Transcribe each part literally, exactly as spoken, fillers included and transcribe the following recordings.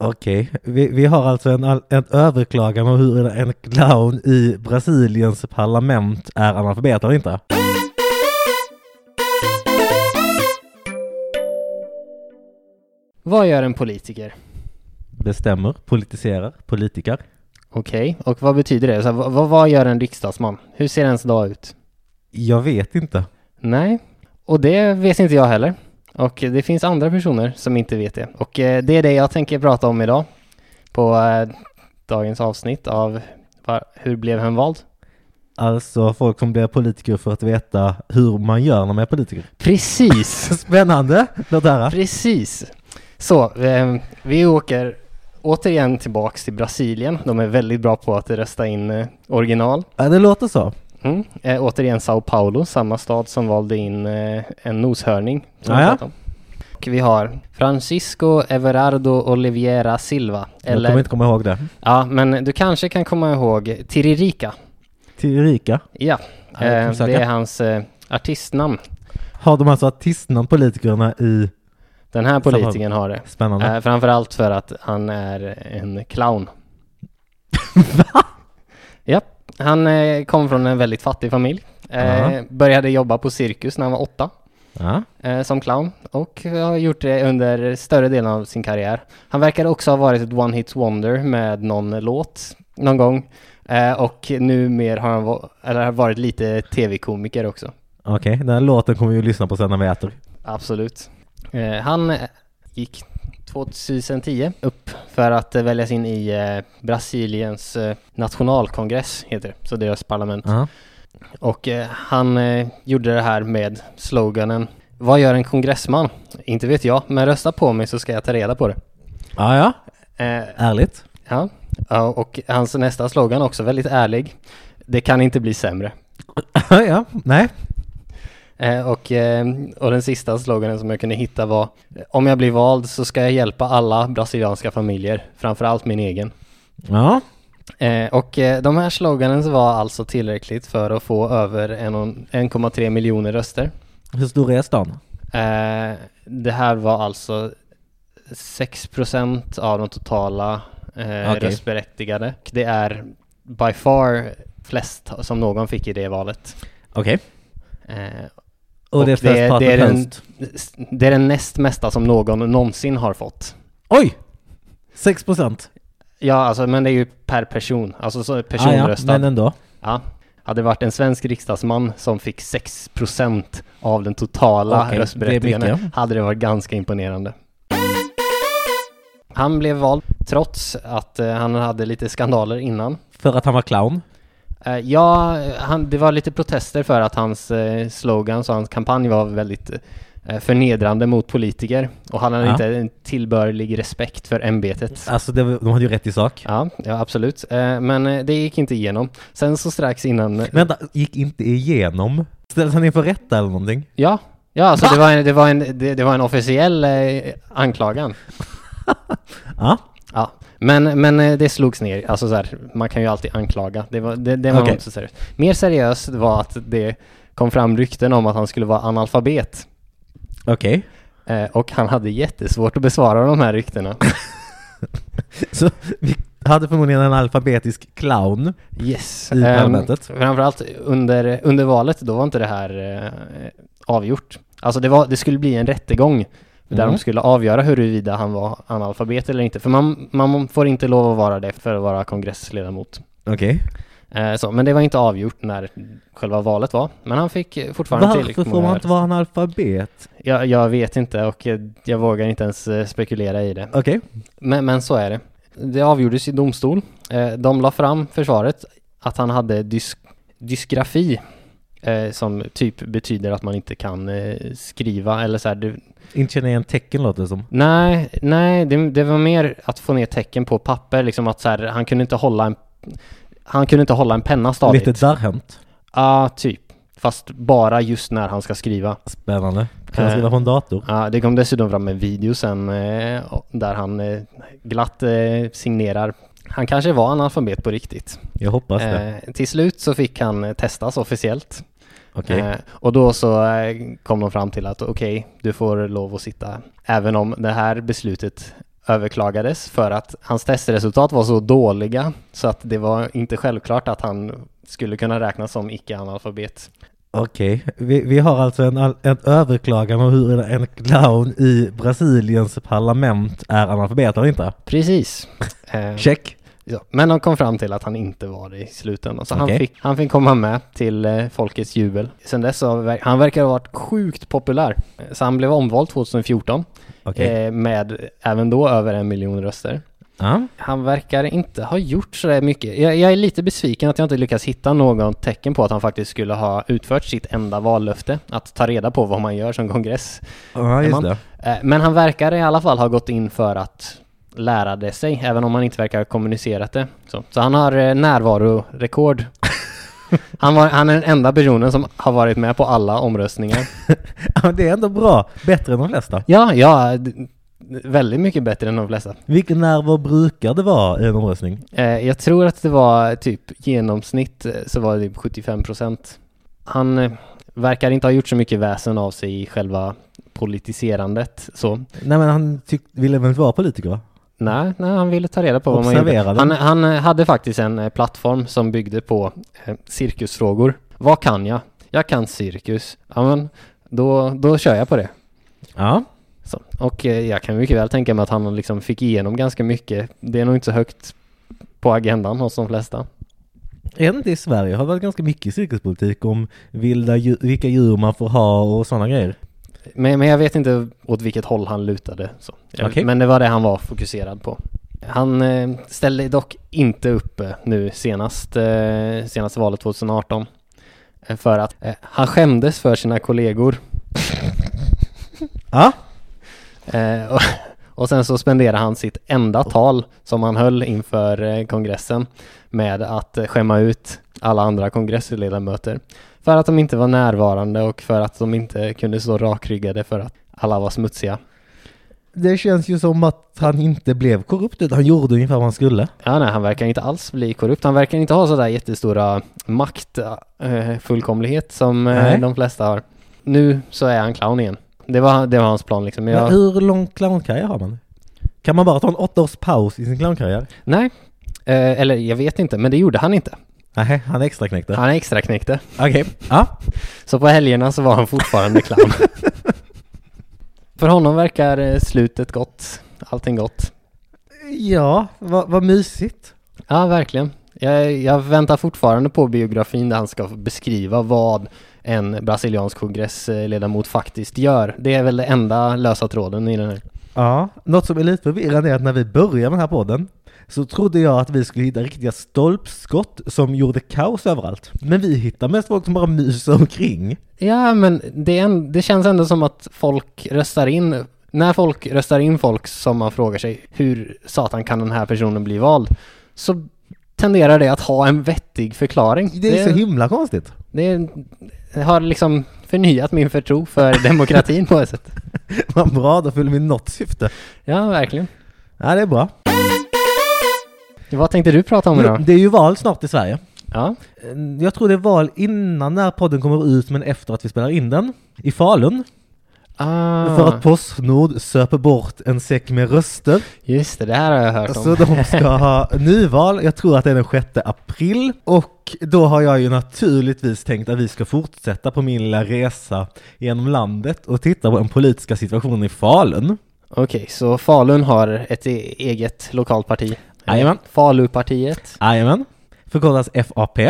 Okej, vi, vi har alltså en, en överklagan om hur en clown i Brasiliens parlament är analfabet eller inte. Vad gör en politiker? Bestämmer, politiserar, politiker. Okej, och vad betyder det? Så här, vad, vad gör en riksdagsman? Hur ser ens dag ut? Jag vet inte. Nej, och det vet inte jag heller. Och det finns andra personer som inte vet det. Och eh, det är det jag tänker prata om idag. På eh, dagens avsnitt av var, Hur blev han vald? Alltså folk som blir politiker för att veta hur man gör när man är politiker. Precis! Spännande! Låt höra. Precis! Så, eh, vi åker återigen tillbaks till Brasilien. De är väldigt bra på att rösta in eh, original. Ja, det låter så. Mm. Eh, återigen Sao Paulo, samma stad som valde in eh, en noshörning. Ah, ja. Och vi har Francisco Everardo Oliveira Silva. Eller... Jag kommer inte komma ihåg det. Ja, men du kanske kan komma ihåg Tiririca. Tiririca? Ja, ja eh, det är hans eh, artistnamn. Har de alltså artistnamn politikerna i... Den här politikern har det. Spännande. Eh, framförallt för att han är en clown. Va? Ja, han eh, kom från en väldigt fattig familj. Eh, började jobba på cirkus när han var åtta. Ja. Eh, som clown. Och har gjort det under större delen av sin karriär. Han verkar också ha varit ett one-hit wonder med någon låt någon gång. Eh, och numera har han va- eller varit lite tv-komiker också. Okej, okay, den här låten kommer vi att lyssna på sen när vi äter. Absolut. Eh, han gick tjugohundratio upp för att eh, väljas in i eh, Brasiliens eh, nationalkongress heter det, så deras parlament. Uh-huh. Och eh, han eh, gjorde det här med sloganen: vad gör en kongressman? Inte vet jag, men rösta på mig så ska jag ta reda på det. Ah, ja, Eh, ärligt. ja. Ja, och hans nästa slogan också väldigt ärlig: det kan inte bli sämre. Ja, nej. Eh, och, eh, och den sista sloganen som jag kunde hitta var: om jag blir vald så ska jag hjälpa alla brasilianska familjer, framförallt min egen. Ja. Eh, och eh, de här sloganen var alltså tillräckligt för att få över en komma tre miljoner röster. Hur stor är stan? Eh, det här var alltså sex procent av de totala eh, okay. röstberättigade. Det är by far flest som någon fick i det valet. Okej. Okay. Eh, och, och det, det, är det, är den, det är den näst mesta som någon någonsin har fått. Oj! sex procent? Ja, alltså, men det är ju per person. Alltså så personröstad. Ah, ja, men ändå. Ja. Hade varit en svensk riksdagsman som fick sex procent av den totala okay, röstberättigande hade det varit ganska imponerande. Han blev vald trots att uh, han hade lite skandaler innan. För att han var clown? Uh, ja, han, det var lite protester för att hans uh, slogan och hans kampanj var väldigt uh, förnedrande mot politiker. Och han hade ja. inte en tillbörlig respekt för ämbetet. Alltså det, de hade ju rätt i sak. Ja, ja absolut. Uh, men uh, det gick inte igenom. Sen så strax innan... Uh, Vänta, gick inte igenom? Ställdes han inför rätta eller någonting? Ja, ja alltså det var, en, det, var en, det, det var en officiell uh, anklagan. Ja. Ja, men, men det slogs ner. Alltså så här, man kan ju alltid anklaga. Det var, det, det var okay. inte så seriöst. Mer seriöst var att det kom fram rykten om att han skulle vara analfabet. Okej. Okay. Eh, och han hade jättesvårt att besvara de här ryktena. Så vi hade förmodligen en alfabetisk clown yes. i parlamentet. Eh, framförallt under, under valet, då var inte det här eh, avgjort. Alltså det, var, det skulle bli en rättegång där mm. de skulle avgöra huruvida han var analfabet eller inte. För man, man får inte lov att vara det för att vara kongressledamot. Okej. Okay. Eh, så, men det var inte avgjort när själva valet var. Men han fick fortfarande Varför tillräckligt får man inte vara analfabet? Jag, jag vet inte och jag, jag vågar inte ens spekulera i det. Okej. Okay. Men, men så är det. Det avgjordes i domstol. Eh, de la fram försvaret att han hade dys- dysgrafi. Eh, som typ betyder att man inte kan eh, skriva eller så här... Du, inte känna igen tecken låter det som. Nej, nej det, det var mer att få ner tecken på papper. Liksom att så här, han kunde inte hålla en han kunde inte hålla en penna stadigt. Lite darrhänt. Ja, typ. Fast bara just när han ska skriva. Spännande. Kan han skriva på en dator? Ja, det kom dessutom fram en video sen eh, där han eh, glatt eh, signerar. Han kanske var analfabet på riktigt. Jag hoppas det. Eh, till slut så fick han eh, testas officiellt. Okay. Eh, och då så eh, kom de fram till att okej, okay, du får lov att sitta. Även om det här beslutet överklagades för att hans testresultat var så dåliga så att det var inte självklart att han skulle kunna räknas som icke-analfabet. Okej, vi, vi har alltså en, en överklagan om hur en clown i Brasiliens parlament är analfabet eller inte. Precis. Check. Ja, men de kom fram till att han inte var det i slutändan. Så okay. han, fick, han fick komma med till eh, folkets jubel. Sen dess så han verkar ha varit sjukt populär. Så han blev omvald tjugohundrafjorton. Okay. Eh, med även då över en miljon röster. Uh. Han verkar inte ha gjort så mycket. Jag, jag är lite besviken att jag inte lyckas hitta någon tecken på att han faktiskt skulle ha utfört sitt enda vallöfte. Att ta reda på vad man gör som kongress. Ja, just det. Eh, men han verkar i alla fall ha gått in för att lära det sig, även om han inte verkar ha kommunicerat det. Så, så han har eh, närvarorekord. han, var, han är den enda personen som har varit med på alla omröstningar. Ja, det är ändå bra. Bättre än de flesta. Ja, ja. D- väldigt mycket bättre än de flesta. Vilken närvaro brukar det vara i en omröstning? Eh, jag tror att det var typ genomsnitt så var det typ sjuttiofem procent. Han eh, verkar inte ha gjort så mycket väsen av sig i själva politiserandet. Så. Nej, men han tyck- ville väl inte vara politiker, va? Nej, nej, han ville ta reda på vad man gjorde. Han, han hade faktiskt en eh, plattform som byggde på eh, cirkusfrågor. Vad kan jag? Jag kan cirkus. Ja, men då, då kör jag på det. Ja. Så. Och eh, jag kan mycket väl tänka mig att han liksom fick igenom ganska mycket. Det är nog inte så högt på agendan hos de flesta. Även inte i Sverige har det varit ganska mycket cirkuspolitik om vilda djur, vilka djur man får ha och sådana grejer. Men, men jag vet inte åt vilket håll han lutade. Så. Okay. Men det var det han var fokuserad på. Han eh, ställde dock inte upp eh, nu senast, eh, senaste valet tjugoarton. Eh, för att eh, han skämdes för sina kollegor. Ja. Eh, och, och sen så spenderade han sitt enda tal som han höll inför eh, kongressen med att eh, skämma ut alla andra kongressledamöter. För att de inte var närvarande och för att de inte kunde stå rakryggade för att alla var smutsiga. Det känns ju som att han inte blev korrupt, utan han gjorde ungefär vad han skulle. Ja, nej, han verkar inte alls bli korrupt. Han verkar inte ha sådär jättestora maktfullkomlighet eh, som eh, de flesta har. Nu så är han clown igen. Det var, det var hans plan liksom. Jag... Men hur lång clownkarriär har man? Kan man bara ta en åtta års paus i sin clownkarriär? Nej, eh, eller jag vet inte, men det gjorde han inte. Nej, han är extra knäckte. Han är extra knäckte. Okej. Okay. Ja. Så på helgerna så var han fortfarande clown. För honom verkar slutet gott. Allting gott. Ja, vad, vad mysigt. Ja, verkligen. Jag, jag väntar fortfarande på biografin där han ska beskriva vad en brasiliansk kongressledamot faktiskt gör. Det är väl det enda lösa tråden i den här. Ja, något som är lite förvirrande är att när vi började med den här podden så trodde jag att vi skulle hitta riktiga stolpskott som gjorde kaos överallt. Men vi hittar mest folk som bara myser omkring. Ja, men det, är en, det känns ändå som att folk röstar in... När folk röstar in folk som man frågar sig hur satan kan den här personen bli vald, så tenderar det att ha en vettig förklaring. Det är det, så himla konstigt. Det, det har liksom förnyat min förtro för demokratin på ett sätt. Vad bra, då fyller vi något syfte. Ja, verkligen. Ja, det är bra. Vad tänkte du prata om idag? Det är ju val snart i Sverige. Ja. Jag tror det är val innan när podden kommer ut, men efter att vi spelar in den. I Falun. Ah. För att Postnord söper bort en säck med röster. Just det, det här har jag hört om. Så de ska ha nyval, jag tror att det är den sjätte april. Och då har jag ju naturligtvis tänkt att vi ska fortsätta på min lilla resa genom landet och titta på den politiska situationen i Falun. Okej, okay, så Falun har ett e- eget lokalt parti. Jajamän. Falupartiet. Jajamän. Förkortas F A P.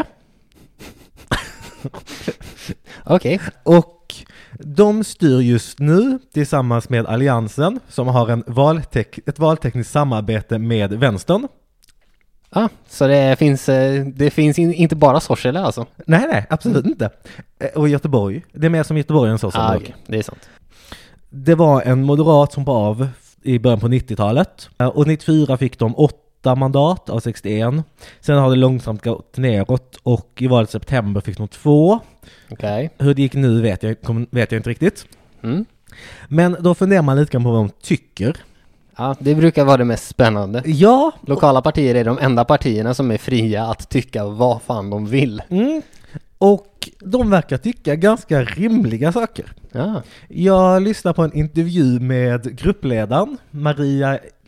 Okej. Okay. Och de styr just nu tillsammans med Alliansen som har en valtek- ett valtekniskt samarbete med vänstern. Ah, så det finns, det finns in, inte bara Sorsele alltså? Nej, nej, absolut mm. inte. Och Göteborg. Det är mer som Göteborg än Sorsele. Ah, okay. Det är sant. Det var en moderat som var av i början på nittiotalet. Och nittiofyra fick de åtta mandat av sextioen. Sen har det långsamt gått neråt och i valet i september fick de två. Okay. Hur det gick nu vet jag, vet jag inte riktigt. Mm. Men då funderar man lite på vad de tycker. Ja, det brukar vara det mest spännande. Ja. Lokala partier är de enda partierna som är fria att tycka vad fan de vill. Mm. Och de verkar tycka ganska rimliga saker. Ja. Jag lyssnade på en intervju med gruppledaren Maria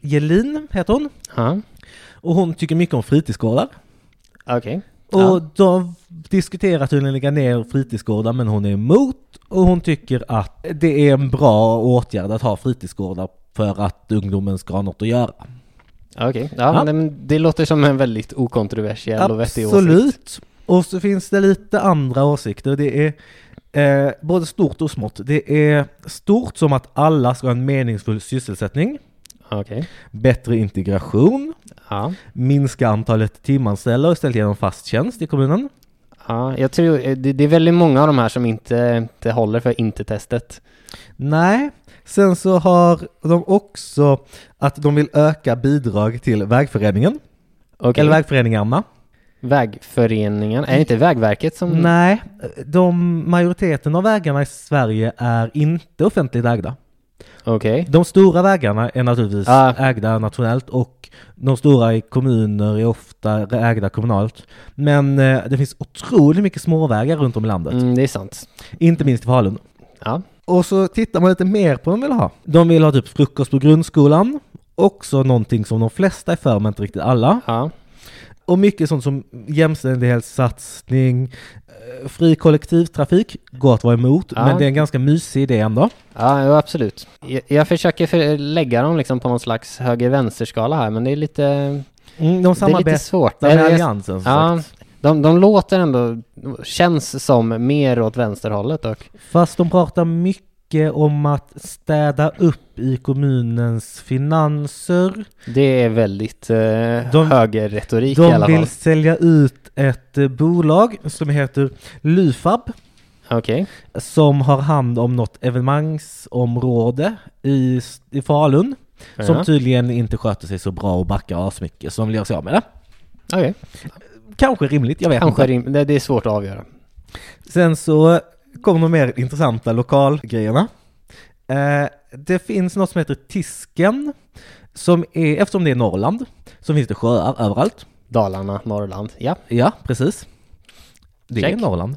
Jelin heter hon. Ja. Och hon tycker mycket om fritidsgårdar. Okej. Och Ja. de diskuterar att hon lägga ner fritidsgårdar, men hon är emot. Och hon tycker att det är en bra åtgärd att ha fritidsgårdar för att ungdomen ska ha något att göra. Okej. Ja, Ja. men det låter som en väldigt okontroversiell och vettig åsikt. Absolut. Och så finns det lite andra åsikter. Det är eh, både stort och smått. Det är stort som att alla ska ha en meningsfull sysselsättning, Okej. bättre integration, Ja. minska antalet timanställda och istället genom fast tjänst i kommunen. Ja, jag tror det, det är väldigt många av de här som inte, inte håller för inte-testet. Nej, sen så har de också att de vill öka bidrag till vägföreningen. Okej. Eller vägföreningarna. Vägföreningen, är det inte Vägverket som... Nej, de, majoriteten av vägarna i Sverige är inte offentligt ägda. Okej. De stora vägarna är naturligtvis Ah. ägda nationellt och de stora i kommuner är ofta ägda kommunalt. Men eh, det finns otroligt mycket småvägar runt om i landet. Mm, det är sant. Inte minst i Falun. Ja. Och så tittar man lite mer på vad de vill ha. De vill ha typ frukost på grundskolan. Också någonting som de flesta är för, men inte riktigt alla. Ja. Och mycket sånt som jämställdhetssatsning, eh, fri kollektivtrafik går att vara emot, Ja. men det är en ganska mysig idé ändå. Ja, jo, absolut. Jag, jag försöker för, lägga dem liksom på någon slags höger-vänster-skala här, men det är lite, Mm, de det är lite samarbetar svårt. med Eller jag- alliansen som Ja, sagt. de, de låter ändå, känns som mer åt vänsterhållet dock. Fast de pratar mycket om att städa upp i kommunens finanser. Det är väldigt eh, De- högerretorik i De alla vill fall. sälja ut ett eh, bolag som heter Lufab, Okej. som har hand om något evenemangsområde i, i Falun, som Ja. tydligen inte sköter sig så bra och backar asmycket, så de vill göra sig av med det. Okej. Kanske rimligt, jag vet Kanske inte. rim- det, det är svårt att avgöra. Sen så kommer de mer intressanta lokalgrejerna. Eh, det finns något som heter Tisken, som är, eftersom det är Norrland, så finns det sjöar överallt. Dalarna, Norrland. Ja. Ja, precis. Det Check. är Norrland.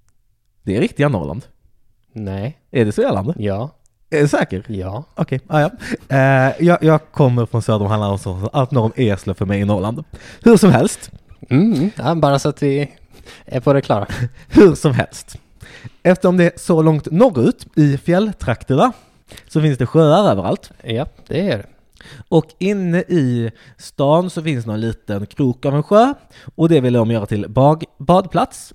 Det är riktiga Norrland. Nej. Är det Svealand? Ja. Är du säker? Ja. Okej, ah, ja. eh, jag, jag kommer från söder om Halland, så allt norr om Eslöv för mig i Norrland. Hur som helst. Mm, ja, bara så att vi är på det klara. Hur som helst. Eftersom det är så långt norrut i fjälltrakterna så finns det sjöar överallt. Ja, det är det. Och inne i stan så finns någon liten krok av en sjö. Och det vill de göra till bag, badplats.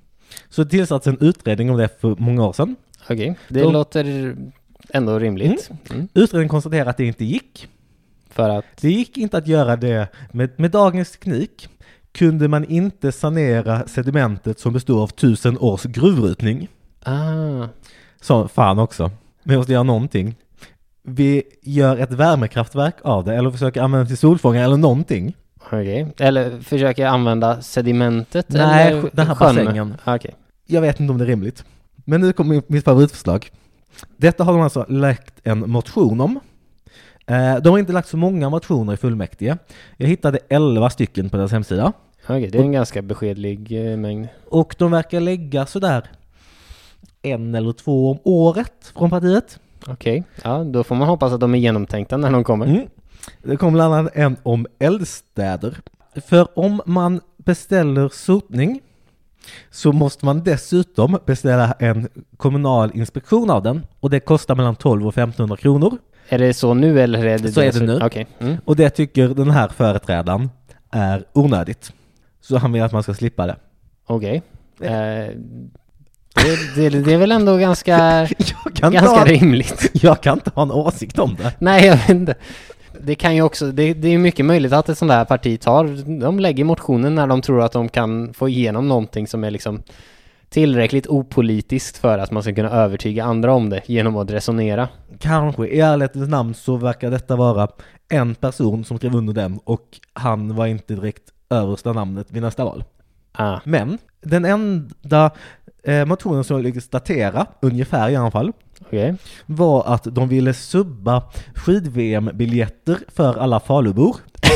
Så det tillsattes en utredning om det för många år sedan. Okej, det Då- låter ändå rimligt. Mm. Utredningen konstaterade att det inte gick. För att... Det gick inte att göra det med, med dagens teknik. Kunde man inte sanera sedimentet som består av tusen års gruvbrytning. Ah, Så fan också. Vi måste göra någonting. Vi gör ett värmekraftverk av det, eller försöker använda det till solfångare eller någonting. okej. Eller försöker använda sedimentet? Nej, eller den här sjön? bassängen. Ah, okej. Jag vet inte om det är rimligt. Men nu kommer mitt favoritförslag. Detta har de alltså lagt en motion om. Eh, De har inte lagt så många motioner i fullmäktige. Jag hittade elva stycken på deras hemsida. Okej, det är en ganska beskedlig eh, mängd. Och de verkar lägga sådär en eller två om året från partiet. Okej, ja, då får man hoppas att de är genomtänkta när de kommer. Mm. Det kommer bland annat en om eldstäder. För om man beställer sotning så måste man dessutom beställa en kommunal inspektion av den. Och det kostar mellan tolv och femtonhundra kronor. Är det så nu eller är det Så det är det nu. Okej. Mm. Och det tycker den här företrädaren är onödigt. Så han vill att man ska slippa det. Okej. Eh, det, det, det är väl ändå ganska, Jag kan, ganska ta, rimligt. jag kan inte ha en åsikt om det. Nej, jag vet inte. Det kan ju också, det, det är mycket möjligt att ett sånt där parti tar, de lägger motionen när de tror att de kan få igenom någonting som är liksom tillräckligt opolitiskt för att man ska kunna övertyga andra om det genom att resonera. Kanske, i ärlighetens namn så verkar detta vara en person som skrev under den och han var inte direkt översta namnet vid nästa val. Ah, Men den enda eh, motionen som lyckades datera, ungefär i alla fall, okej. var att de ville subba skid-V M-biljetter för alla Falubor.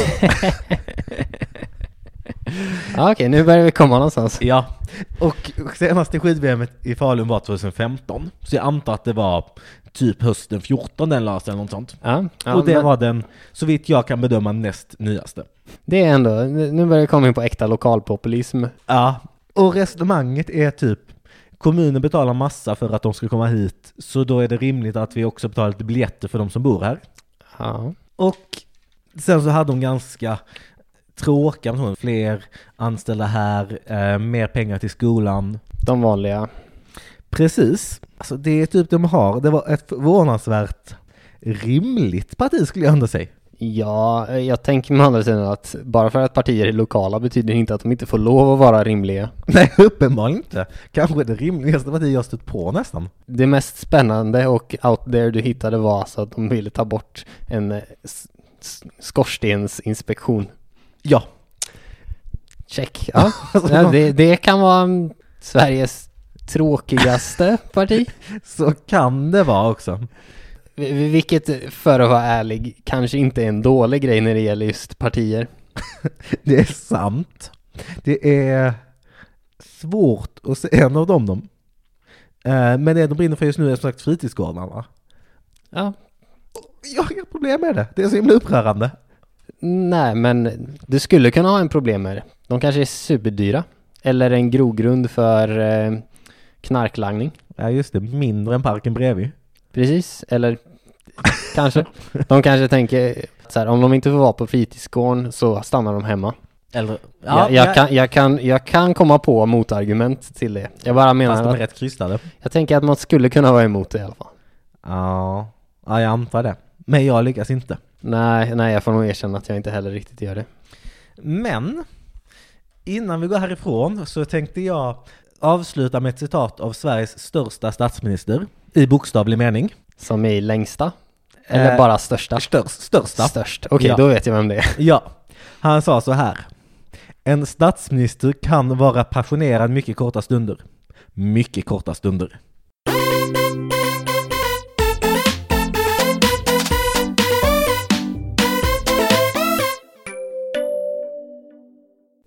Ah, okej, nu börjar vi komma någonstans. Ja, och senaste skid-V M i Falun var tjugohundrafemton. Så jag antar att det var typ hösten fjorton den lades eller något sånt. Ja, ja, och det men var den, så vitt jag kan bedöma, näst nyaste. det är ändå, nu börjar det komma in på äkta lokalpopulism. Ja, och resonemanget är typ, kommunen betalar massa för att de ska komma hit, så då är det rimligt att vi också betalar lite biljetter för de som bor här. Ja. Och sen så hade de ganska tråkiga, fler anställda här, eh, mer pengar till skolan. De vanliga. Precis. Alltså det är typ de har. Det var ett förvånansvärt rimligt parti, skulle jag ändå säga. Ja, jag tänker med andra sidan att bara för att partier är lokala betyder inte att de inte får lov att vara rimliga. Nej, uppenbarligen inte. Kanske det rimligaste parti jag stött på nästan. Det mest spännande och out there du hittade var alltså att de ville ta bort en s- s- skorstensinspektion. Ja. Check. Ja. Ja, det, det kan vara Sveriges tråkigaste parti. Så kan det vara också. Vilket, för att vara ärlig, kanske inte är en dålig grej när det gäller just partier. Det är sant. Det är svårt att se en av dem. dem. Eh, men det de brinner för just nu är som sagt fritidsgårdarna. Ja. Jag har inga problem med det. Det är så himla upprörande. Nej, men du skulle kunna ha en problem med det. De kanske är superdyra. Eller en grogrund för eh, knarklangning. Ja just det, mindre än parken bredvid. Precis, eller kanske. De kanske tänker så här, om de inte får vara på fritidsgården så stannar de hemma. Eller, Ja, jag, jag, kan, jag, kan, jag kan komma på motargument till det. Jag bara menar fast de är att, rätt krystade. jag tänker att man skulle kunna vara emot det i alla fall. Ja, ja, jag antar det. Men jag lyckas inte. Nej, nej, jag får nog erkänna att jag inte heller riktigt gör det. Men innan vi går härifrån så tänkte jag avsluta med ett citat av Sveriges största statsminister i bokstavlig mening. Som är längsta? Eller Eh, bara största? Störst, största. Störst. Okej, Ja. då vet jag vem det är. Ja, han sa så här. En statsminister kan vara passionerad mycket korta stunder. Mycket korta stunder.